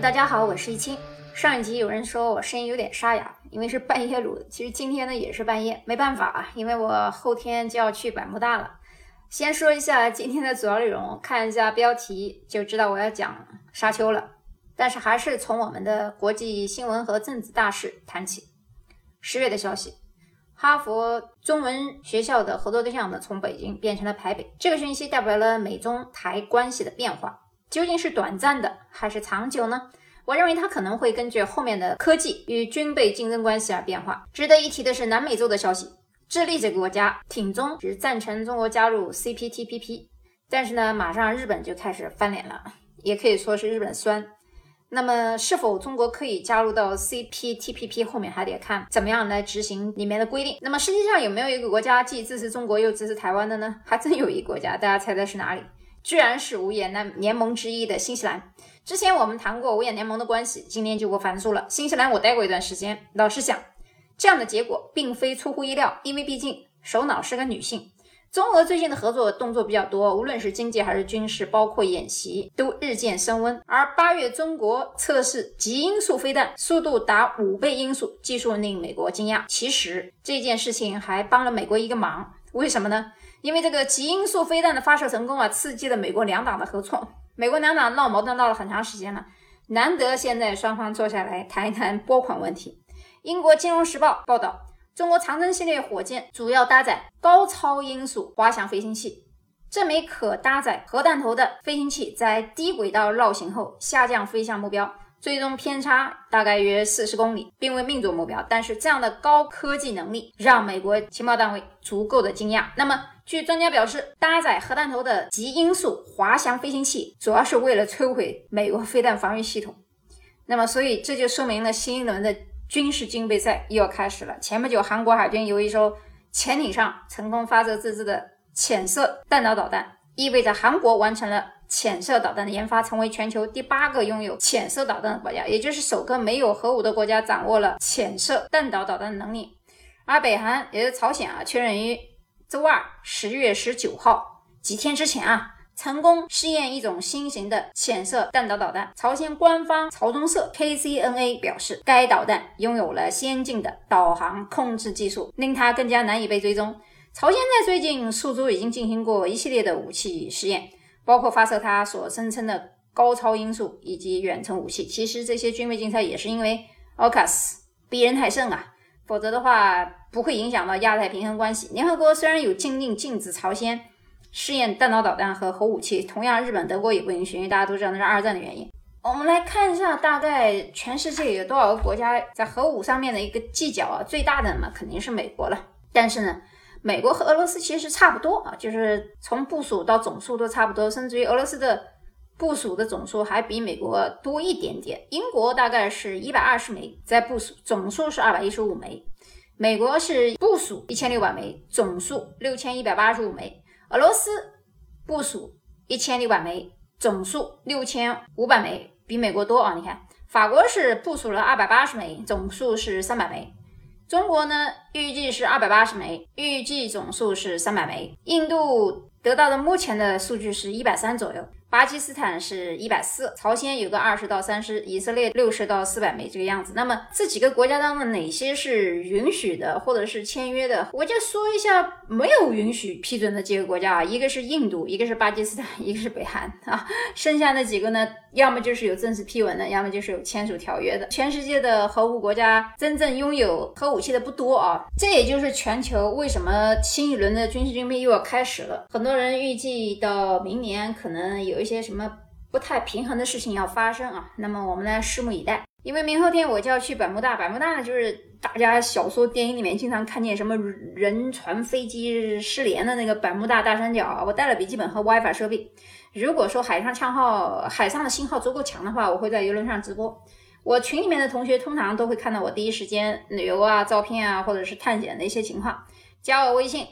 大家好，我是易清。上一集有人说我声音有点沙哑，因为是半夜录的。其实今天呢也是半夜，没办法啊，因为我后天就要去百慕大了。先说一下今天的主要内容，看一下标题就知道我要讲沙丘了。但是还是从我们的国际新闻和政治大事谈起。10月的消息，哈佛中文学校的合作对象呢从北京变成了台北，这个讯息代表了美中台关系的变化，究竟是短暂的还是长久呢？我认为它可能会根据后面的科技与军备竞争关系而变化。值得一提的是南美洲的消息，智利这个国家挺中只赞成中国加入 CPTPP， 但是呢马上日本就开始翻脸了，也可以说是日本酸。那么是否中国可以加入到 CPTPP 后面还得看怎么样来执行里面的规定。那么世界上有没有一个国家既支持中国又支持台湾的呢？还真有一个国家，大家猜猜是哪里？居然是五眼联盟之一的新西兰。之前我们谈过五眼联盟的关系，今天就不繁述了。新西兰我待过一段时间，老实讲，这样的结果并非出乎意料，因为毕竟首脑是个女性。中俄最近的合作动作比较多，无论是经济还是军事，包括演习，都日渐升温。而8月中国测试极音速飞弹，速度达5倍音速，技术令美国惊讶。其实这件事情还帮了美国一个忙，为什么呢？因为这个极音速飞弹的发射成功刺激了美国两党的合作。美国两党闹矛盾闹了很长时间了，难得现在双方坐下来谈一谈拨款问题。英国金融时报报道，中国长征系列火箭主要搭载高超音速滑翔飞行器，这枚可搭载核弹头的飞行器在低轨道绕行后下降飞向目标，最终偏差大概约40公里，并未命中目标。但是这样的高科技能力让美国情报单位足够的惊讶。那么据专家表示，搭载核弹头的极音速滑翔飞行器主要是为了摧毁美国飞弹防御系统。那么所以这就说明了新一轮的军事军备赛又要开始了。前不久韩国海军有一艘潜艇上成功发射自制的潜射弹道导弹，意味着韩国完成了潜射导弹的研发，成为全球第8个拥有潜射导弹的国家，也就是首个没有核武的国家掌握了潜射弹道导弹的能力。而北韩也就是朝鲜确认于周二10月19号几天之前成功试验一种新型的潜射弹道导弹。朝鲜官方朝中社 KCNA 表示，该导弹拥有了先进的导航控制技术，令它更加难以被追踪。朝鲜在最近数周已经进行过一系列的武器试验，包括发射它所声称的高超音速以及远程武器。其实这些军备竞赛也是因为 AUKUS 逼人太甚否则的话不会影响到亚太平衡关系。联合国虽然有禁令禁止朝鲜试验弹道导弹和核武器，同样日本德国也不允许，因为大家都知道那是二战的原因。我们来看一下大概全世界有多少个国家在核武上面的一个计较最大的嘛肯定是美国了。但是呢美国和俄罗斯其实差不多就是从部署到总数都差不多，甚至于俄罗斯的部署的总数还比美国多一点点。英国大概是120枚在部署，总数是215枚。美国是部署1600枚，总数6185枚。俄罗斯部署1600枚，总数6500枚，比美国多你看。法国是部署了280枚，总数是300枚。中国呢预计是280枚，预计总数是300枚。印度得到的目前的数据是130左右，巴基斯坦是140，朝鲜有个20到30，以色列60到400枚这个样子。那么这几个国家当中哪些是允许的或者是签约的，我就说一下没有允许批准的几个国家一个是印度，一个是巴基斯坦，一个是北韩剩下的几个呢要么就是有正式批文的，要么就是有签署条约的。全世界的核武国家真正拥有核武器的不多这也就是全球为什么新一轮的军事军备又要开始了。很多人预计到明年可能有一些什么不太平衡的事情要发生那么我们来拭目以待。因为明后天我就要去百慕大，百慕大呢就是大家小说电影里面经常看见什么人船飞机失联的那个百慕大大三角我带了笔记本和 WiFi 设备，如果说海上的信号足够强的话，我会在邮轮上直播。我群里面的同学通常都会看到我第一时间旅游照片或者是探险的一些情况。加我微信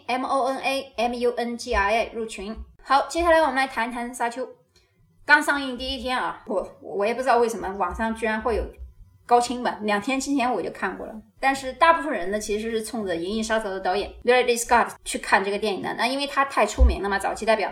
MONAMUNGIA 入群。好，接下来我们来谈一谈沙丘。刚上映第一天我也不知道为什么网上居然会有高清版，2天之前我就看过了。但是大部分人呢其实是冲着《银翼杀手》的导演 Ridley Scott 去看这个电影的，那因为他太出名了嘛，早期代表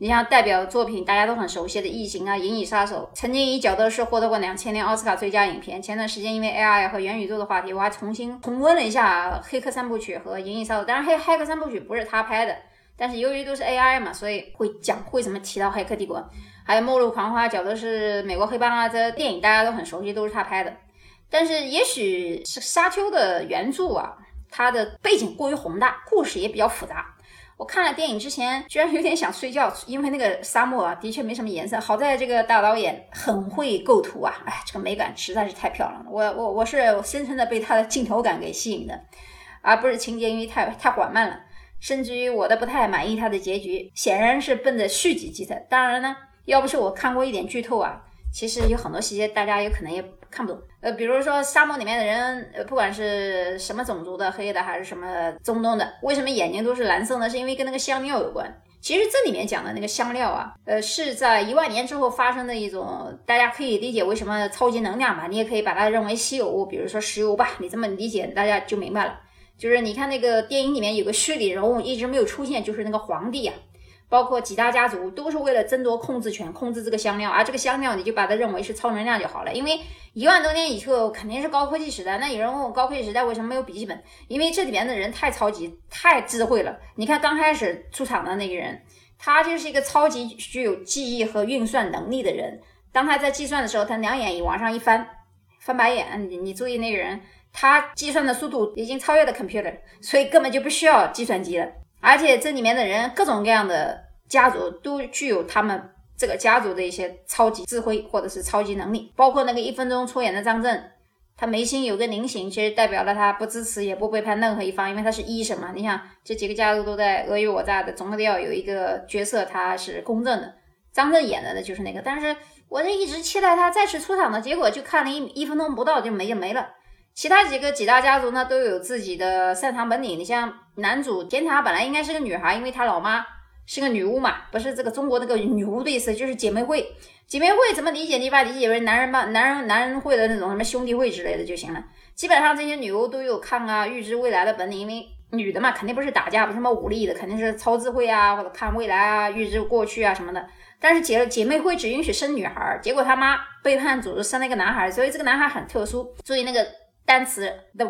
你像代表作品大家都很熟悉的《异形》啊，《银翼杀手》，曾经以角斗士获得过2000年奥斯卡最佳影片。前段时间因为 AI 和元宇宙的话题，我还重新重温了一下《黑客三部曲》和《银翼杀手》。当然，黑客三部曲不是他拍的，但是由于都是 AI 嘛，所以会怎么提到《黑客帝国》，还有《末路狂花》、角斗士、美国黑帮啊，这电影大家都很熟悉，都是他拍的。但是也许是沙丘的原著啊，它的背景过于宏大，故事也比较复杂。我看了电影之前居然有点想睡觉，因为那个沙漠啊的确没什么颜色，好在这个大导演很会构图啊，这个美感实在是太漂亮了。我是深深的被他的镜头感给吸引的，而不是情节因为太缓慢了，甚至于我都不太满意他的结局，显然是奔着续集去的。当然呢，要不是我看过一点剧透啊，其实有很多细节大家有可能也看不懂。比如说沙漠里面的人，不管是什么种族的，黑的还是什么中东的，为什么眼睛都是蓝色呢？是因为跟那个香料有关。其实这里面讲的那个香料啊，是在1万年之后发生的一种，大家可以理解为什么超级能量嘛，你也可以把它认为稀有物，比如说石油吧，你这么理解大家就明白了。就是你看那个电影里面有个虚拟人物一直没有出现，就是那个皇帝啊，包括几大家族都是为了争夺控制权，控制这个香料，而这个香料你就把它认为是超能量就好了。因为1万多年以后肯定是高科技时代，那有人问我高科技时代为什么没有笔记本？因为这里面的人太超级太智慧了。你看刚开始出场的那个人，他就是一个超级具有记忆和运算能力的人，当他在计算的时候，他两眼往上一翻白眼，你注意那个人他计算的速度已经超越了 computer， 所以根本就不需要计算机了。而且这里面的人各种各样的家族都具有他们这个家族的一些超级智慧或者是超级能力，包括那个1分钟出演的张震，他眉心有个菱形，其实代表了他不支持也不背叛任何一方，因为他是医生嘛。你想这几个家族都在尔虞我诈的，总得要有一个角色他是公正的，张震演的就是那个。但是我这一直期待他再次出场的，结果就看了一分钟不到就没了。其他几大家族呢都有自己的擅长本领，你像男主天塔本来应该是个女孩，因为他老妈是个女巫嘛，不是这个中国那个女巫的意思，就是姐妹会。姐妹会怎么理解？你把理解为男人会的那种什么兄弟会之类的就行了。基本上这些女巫都有看啊预知未来的本领，因为女的嘛肯定不是打架，不是什么武力的，肯定是超智慧啊，或者看未来啊，预知过去啊什么的。但是姐妹会只允许生女孩，结果他妈背叛组织生了一个男孩，所以这个男孩很特殊。所以那个单词 the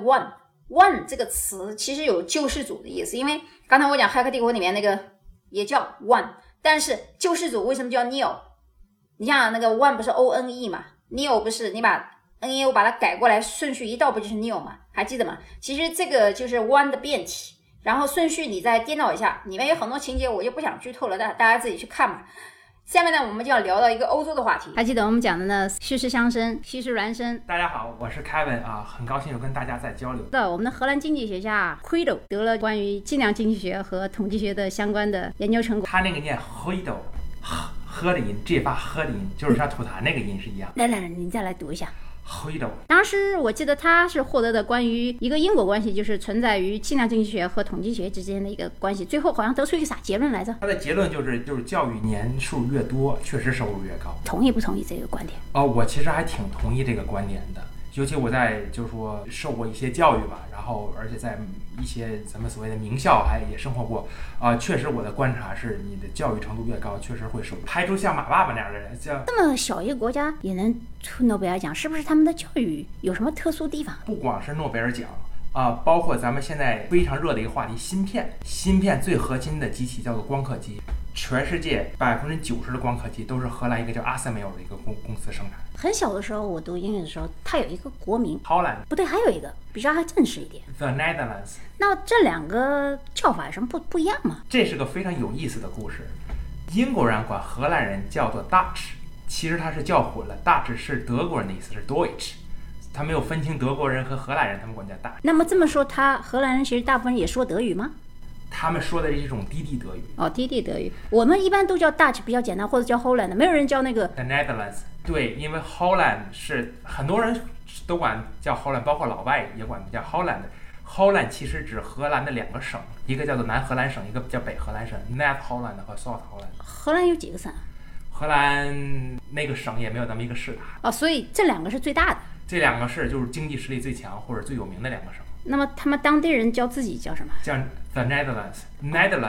one 这个词其实有救世主的意思，因为刚才我讲骇客帝国里面那个也叫 one， 但是救世主为什么叫 Neo？ 你像那个 one 不是 ONE 嘛， Neo 不是你把 NEO 把它改过来顺序一倒不就是 Neo 嘛，还记得吗？其实这个就是 one 的变体，然后顺序你再颠倒一下，里面有很多情节我就不想剧透了，大家自己去看嘛。下面呢，我们就要聊到一个欧洲的话题。还记得我们讲的呢，虚实相生，虚实孪生。 大家好，我是 Kevin 啊，很高兴有跟大家在交流。 我们的荷兰经济学家 Guido 得了关于计量经济学和统计学的相关的研究成果。 他那个念 Guido， 喝的音，这发喝的音，就是像吐痰那个音是一样。 来，你再来读一下。 Guido， 当时我记得他是获得的关于一个因果关系，就是存在于计量经济学和统计学之间的一个关系。最后好像得出一个啥结论来着？ 他的结论就是教育年数越多，确实收入越高。 同意不同意这个观点？ 我其实还挺同意这个观点的。尤其我在就是说受过一些教育吧，然后而且在一些咱们所谓的名校也生活过确实我的观察是，你的教育程度越高，确实会拍出像马爸爸那样的人。像这么小一个国家也能出诺贝尔奖，是不是他们的教育有什么特殊地方？ 不光是诺贝尔奖包括咱们现在非常热的一个话题，芯片最核心的机器叫做光刻机，全世界90%的光刻机都是荷兰一个叫 ASML 的一个公司生产。 很小的时候我读英语的时候，它有一个国名 Holland， 不对，还有一个比较还正式一点 The Netherlands。 那这两个叫法有什么不一样吗？ 这是个非常有意思的故事。英国人管荷兰人叫做 Dutch， 其实他是叫混了， Dutch 是德国人的意思，是 Deutsch， 他没有分清德国人和荷兰人，他们管叫 Dutch。 那么这么说，荷兰人其实大部分也说德语吗？ 他们说的是一种低地德语。 低地德语，我们一般都叫 Dutch 比较简单，或者叫 Holland， 没有人叫那个 The Netherlands。 对，因为 Holland 是很多人都管叫 Holland， 包括老外也管叫 Holland。Holland 其实指荷兰的2个省，一个叫做南荷兰省，一个叫北荷兰省 ，North Holland 和 South Holland。 荷兰有几个省？ 荷兰那个省也没有那么一个市大。 所以这2个是最大的。 这2个是就是经济实力最强或者最有名的2个省。 那么他们当地人叫自己叫什么？ 叫 The Netherlands。 Netherlands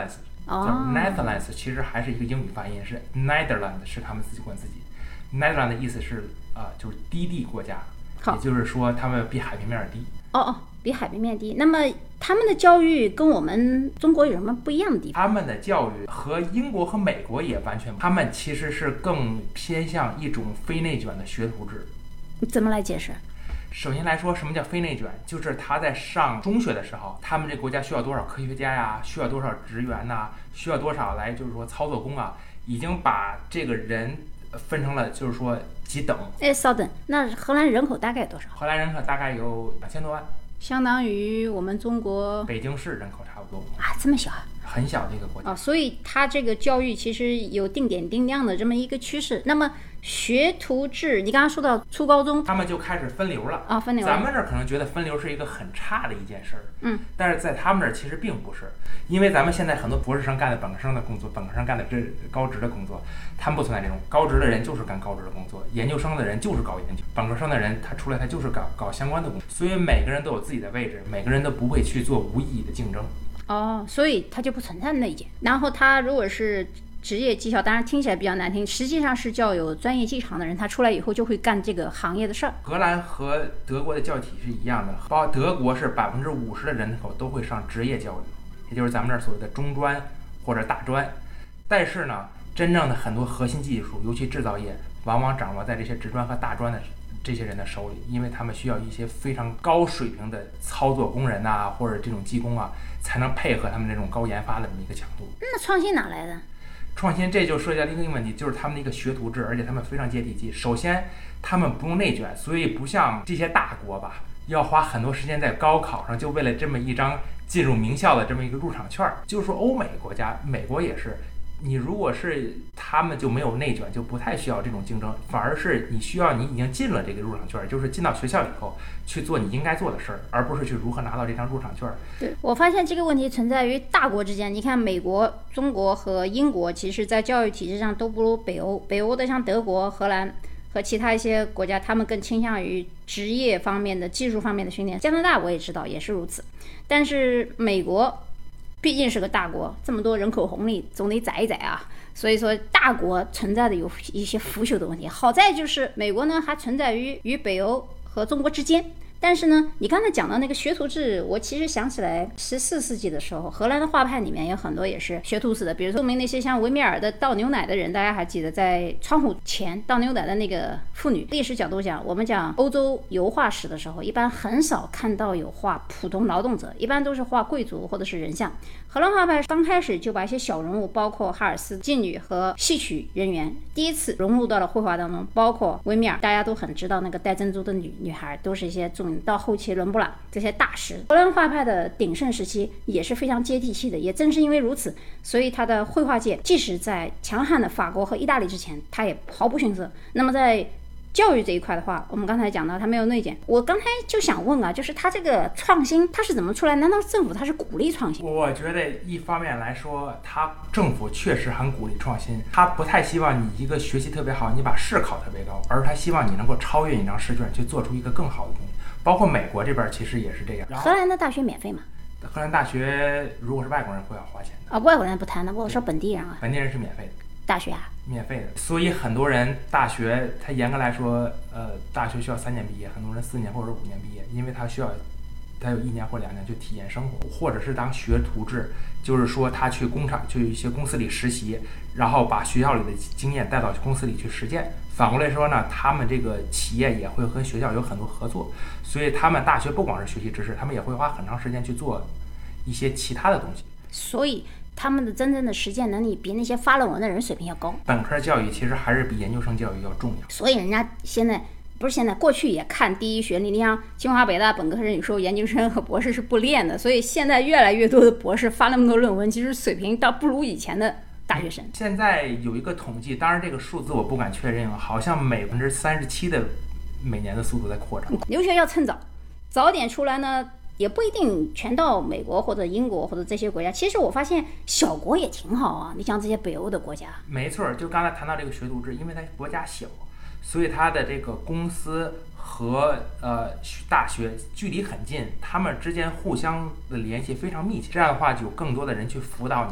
叫 Netherlands，其实还是一个英语发音，是 Netherlands， 是他们自己管自己。Netherlands 的意思是就是低地国家，也就是说他们比海平面低。 比海平面低。那么他们的教育跟我们中国有什么不一样的地方？ 他们的教育和英国和美国也完全不，他们其实是更偏向一种非内卷的学徒制。 怎么来解释？ 首先来说，什么叫非内卷？就是他在上中学的时候，他们这国家需要多少科学家呀，需要多少职员呐，需要多少来就是说操作工啊，已经把这个人分成了就是说几等。 稍等，那荷兰人口大概多少？ 荷兰人口大概有2000多万， 相当于我们中国北京市人口差不多啊，这么小啊？ 很小的一个国家所以它这个教育其实有定点定量的这么一个趋势。那么学徒制，你刚刚说到初高中， 他们就开始分流了分流了。 咱们这儿可能觉得分流是一个很差的一件事儿，但是在他们这儿其实并不是，因为咱们现在很多博士生干的本科生的工作，本科生干的这高职的工作，他们不存在这种高职的人就是干高职的工作，研究生的人就是搞研究，本科生的人他出来他就是搞相关的工作，所以每个人都有自己的位置，每个人都不会去做无意义的竞争。 所以他就不存在内卷。然后他如果是职业技巧，当然听起来比较难听，实际上是较有专业技巧的人，他出来以后就会干这个行业的事儿。 荷兰和德国的教育体是一样的，包括德国是50%的人口都会上职业教育，也就是咱们这儿所谓的中专或者大专。但是呢，真正的很多核心技术，尤其制造业，往往掌握在这些职专和大专的这些人的手里，因为他们需要一些非常高水平的操作工人啊，或者这种技工啊，才能配合他们这种高研发的这么一个强度。 那创新哪来的？ 创新这就涉及到另一个问题，就是他们的一个学徒制，而且他们非常接地气。首先，他们不用内卷，所以不像这些大国吧，要花很多时间在高考上，就为了这么一张进入名校的这么一个入场券。就是说，欧美国家，美国也是。你如果是他们就没有内卷，就不太需要这种竞争，反而是你需要你已经进了这个入场券，就是进到学校以后去做你应该做的事儿，而不是去如何拿到这张入场券。 对，我发现这个问题存在于大国之间。你看美国、中国和英国，其实在教育体制上都不如北欧。北欧的像德国、荷兰和其他一些国家，他们更倾向于职业方面的、技术方面的训练。加拿大我也知道也是如此，但是美国毕竟是个大国，这么多人口红利总得宰一宰啊，所以说大国存在的有一些腐朽的问题。好在就是美国呢还存在于北欧和中国之间。但是呢，你刚才讲到那个学徒制，我其实想起来14世纪的时候，荷兰的画派里面有很多也是学徒制的，比如说著名那些像维米尔的倒牛奶的人，大家还记得在窗户前倒牛奶的那个妇女。历史角度讲，我们讲欧洲油画史的时候，一般很少看到有画普通劳动者，一般都是画贵族或者是人像。荷兰画派刚开始就把一些小人物，包括哈尔斯、妓女和戏曲人员，第一次融入到了绘画当中，包括维米尔，大家都很知道那个戴珍珠的女孩，都是一些著名。到后期伦勃朗这些大师，荷兰画派的鼎盛时期也是非常接地气的。也正是因为如此，所以他的绘画界即使在强悍的法国和意大利之前，他也毫不逊色。那么在教育这一块的话，我们刚才讲到他没有内卷，我刚才就想问啊，就是他这个创新他是怎么出来？难道政府他是鼓励创新？ 我觉得一方面来说，他政府确实很鼓励创新，他不太希望你一个学习特别好，你把试考特别高，而他希望你能够超越你张试卷，去做出一个更好的东西。包括美国这边其实也是这样。 荷兰的大学免费吗？ 荷兰大学如果是外国人会要花钱的。 外国人不谈的，我说本地人啊。 本地人是免费的。 大学啊？ 免费的。所以很多人大学，他严格来说，大学需要3年毕业，很多人4年或者5年毕业，因为他需要，他有1年或2年去体验生活，或者是当学徒制，就是说他去工厂、去一些公司里实习，然后把学校里的经验带到公司里去实践。反过来说呢，他们这个企业也会和学校有很多合作，所以他们大学不光是学习知识，他们也会花很长时间去做一些其他的东西。 所以他们的真正的实践能力比那些发论文的人水平要高。 本科教育其实还是比研究生教育要重要。 所以人家过去也看第一学历，你像清华北大本科生有时候研究生和博士是不练的，所以现在越来越多的博士发那么多论文，其实水平倒不如以前的大学生。 现在有一个统计，当然这个数字我不敢确认，好像37%的每年的速度在扩张。 留学要趁早，早点出来呢，也不一定全到美国或者英国或者这些国家。其实我发现小国也挺好啊，你像这些北欧的国家。 没错，就刚才谈到这个学徒制，因为它国家小，所以它的这个公司和大学距离很近，他们之间互相的联系非常密切。这样的话，就有更多的人去辅导你，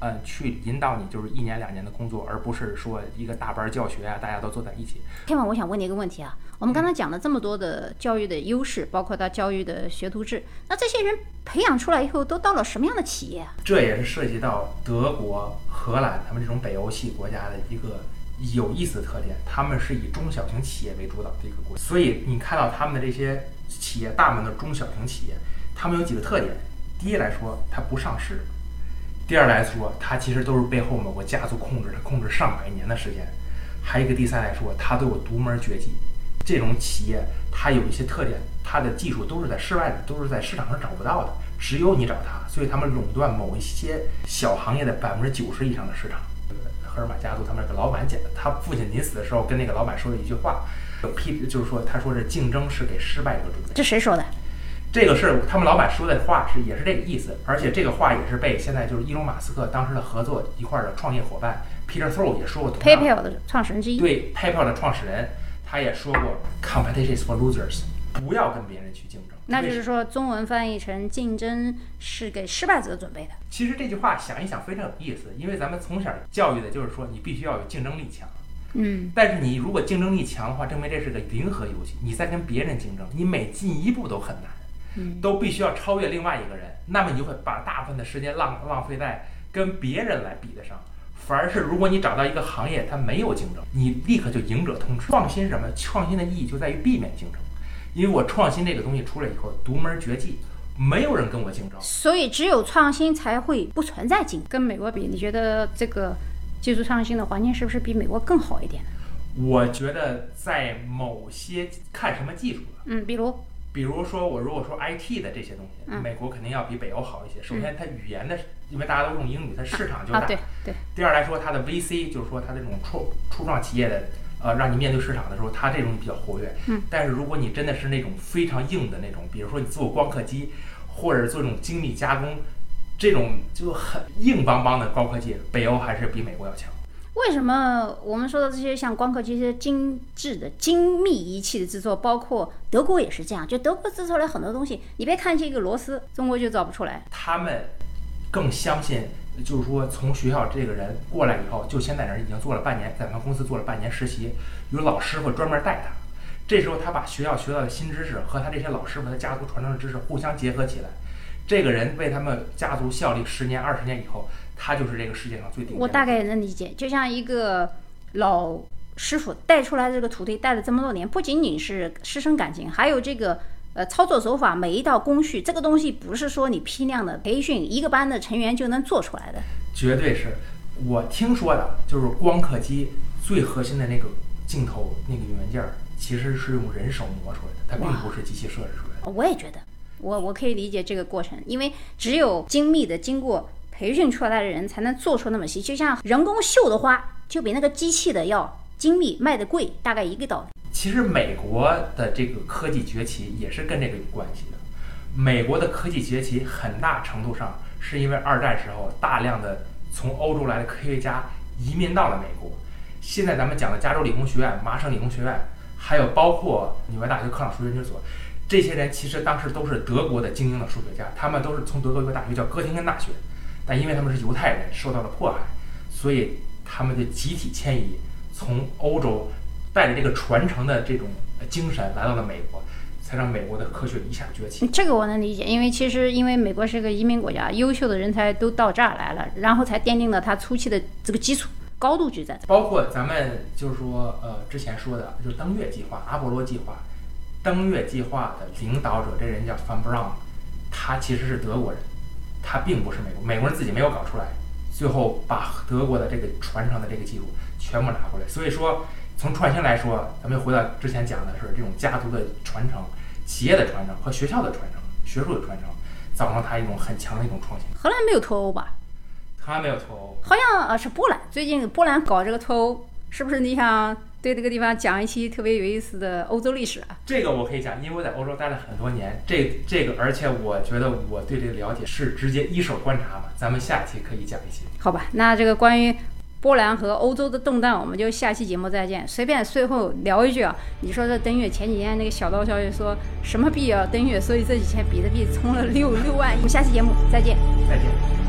去引导你就是1年2年的工作，而不是说一个大班教学啊，大家都坐在一起。 Kevin，我想问你一个问题啊，我们刚才讲了这么多的教育的优势，包括到教育的学徒制，那这些人培养出来以后都到了什么样的企业啊？ 这也是涉及到德国、荷兰他们这种北欧系国家的一个有意思的特点，他们是以中小型企业为主导的一个国家，所以你看到他们的这些企业，大部分的中小型企业，他们有几个特点。第一来说，它不上市；第二来说，它其实都是背后某个家族控制，它控制上百年的时间；还有一个第三来说，它都有独门绝技。这种企业它有一些特点，它的技术都是在室外的，都是在市场上找不到的，只有你找它，所以他们垄断某一些小行业的90%以上的市场。赫尔玛家族他们这个老板讲的，他父亲临死的时候跟那个老板说的一句话，就是说他说是竞争是给失败者准备。 这谁说的？ 这个是他们老板说的话也是这个意思，而且这个话也是被现在就是伊隆马斯克当时的合作一块的创业伙伴 Peter Thiel 也说过同样的。 PayPal 的创始人之一。 对 PayPal 的创始人，他也说过 Competition is for losers， 不要跟别人去竞争。 那就是说，中文翻译成竞争是给失败者准备的。 其实这句话想一想非常有意思，因为咱们从小教育的就是说你必须要有竞争力强。但是你如果竞争力强的话，证明这是个零和游戏，你在跟别人竞争，你每进一步都很难。都必须要超越另外一个人，那么你就会把大部分的时间浪费在跟别人来比得上。反而是如果你找到一个行业它没有竞争，你立刻就赢者通吃。创新是什么？创新的意义就在于避免竞争，因为我创新这个东西出来以后，独门绝技，没有人跟我竞争， 所以只有创新才会不存在竞争。跟美国比，你觉得这个技术创新的环境是不是比美国更好一点呢？ 我觉得在某些看什么技术了，比如说我如果说 IT 的这些东西，美国肯定要比北欧好一些。首先它语言的，因为大家都用英语，它市场就大。 对。 第二来说，它的 VC 就是说它这种初创企业的，让你面对市场的时候，它这种比较活跃。但是如果你真的是那种非常硬的那种，比如说你做光刻机，或者做这种精密加工，这种就很硬邦邦的高科技，北欧还是比美国要强。 为什么我们说的这些像光刻机、这些精致的精密仪器的制作，包括德国也是这样，就德国制出来很多东西，你别看这个螺丝，中国就造不出来。 他们更相信，就是说从学校这个人过来以后，就先在那儿已经做了半年，在咱们公司做了半年实习，有老师傅专门带他。这时候他把学校学到的新知识和他这些老师傅的家族传承的知识互相结合起来，这个人为他们家族效力10年、20年以后，他就是这个世界上最顶尖的。 我大概也能理解，就像一个老师傅带出来这个徒弟，带了这么多年，不仅仅是师生感情，还有这个操作手法，每一道工序，这个东西不是说你批量的培训一个班的成员就能做出来的。绝对是。我听说的就是光刻机最核心的那个镜头那个元件，其实是用人手磨出来的，它并不是机器设置出来的。 我也觉得，我可以理解这个过程，因为只有精密的经过培训出来的人才能做出那么细，就像人工绣的花就比那个机器的要精密，卖的贵，大概一个道理。 其实美国的这个科技崛起也是跟这个有关系的。美国的科技崛起很大程度上是因为2战时候大量的从欧洲来的科学家移民到了美国。现在咱们讲的加州理工学院、麻省理工学院，还有包括纽约大学克朗数学研究所，这些人其实当时都是德国的精英的数学家，他们都是从德国一个大学叫哥廷根大学，但因为他们是犹太人，受到了迫害，所以他们就集体迁移，从欧洲带着这个传承的这种精神来到了美国，才让美国的科学一下崛起。 这个我能理解，因为美国是个移民国家，优秀的人才都到这儿来了，然后才奠定了它初期的这个基础，高度就在这。 包括咱们就是说之前说的就是登月计划、阿波罗计划，登月计划的领导者这人叫 Von Braun， 他其实是德国人，他并不是美国人自己没有搞出来，最后把德国的这个传承的这个技术全部拿过来。所以说从创新来说，咱们又回到之前讲的是这种家族的传承、企业的传承和学校的传承、学术的传承，造成它一种很强的一种创新。 荷兰没有脱欧吧？ 他没有脱欧， 好像是波兰。最近波兰搞这个脱欧，是不是你想对这个地方讲一期特别有意思的欧洲历史啊？ 这个我可以讲，因为我在欧洲待了很多年，这个，而且我觉得我对这个了解是直接一手观察嘛。咱们下期可以讲一期。 好吧，那这个关于波兰和欧洲的动荡，我们就下期节目再见。随便最后聊一句啊，你说这登月前几天那个小道消息说什么币要登月，所以这几天比特币冲了6万。我们下期节目再见。 再见。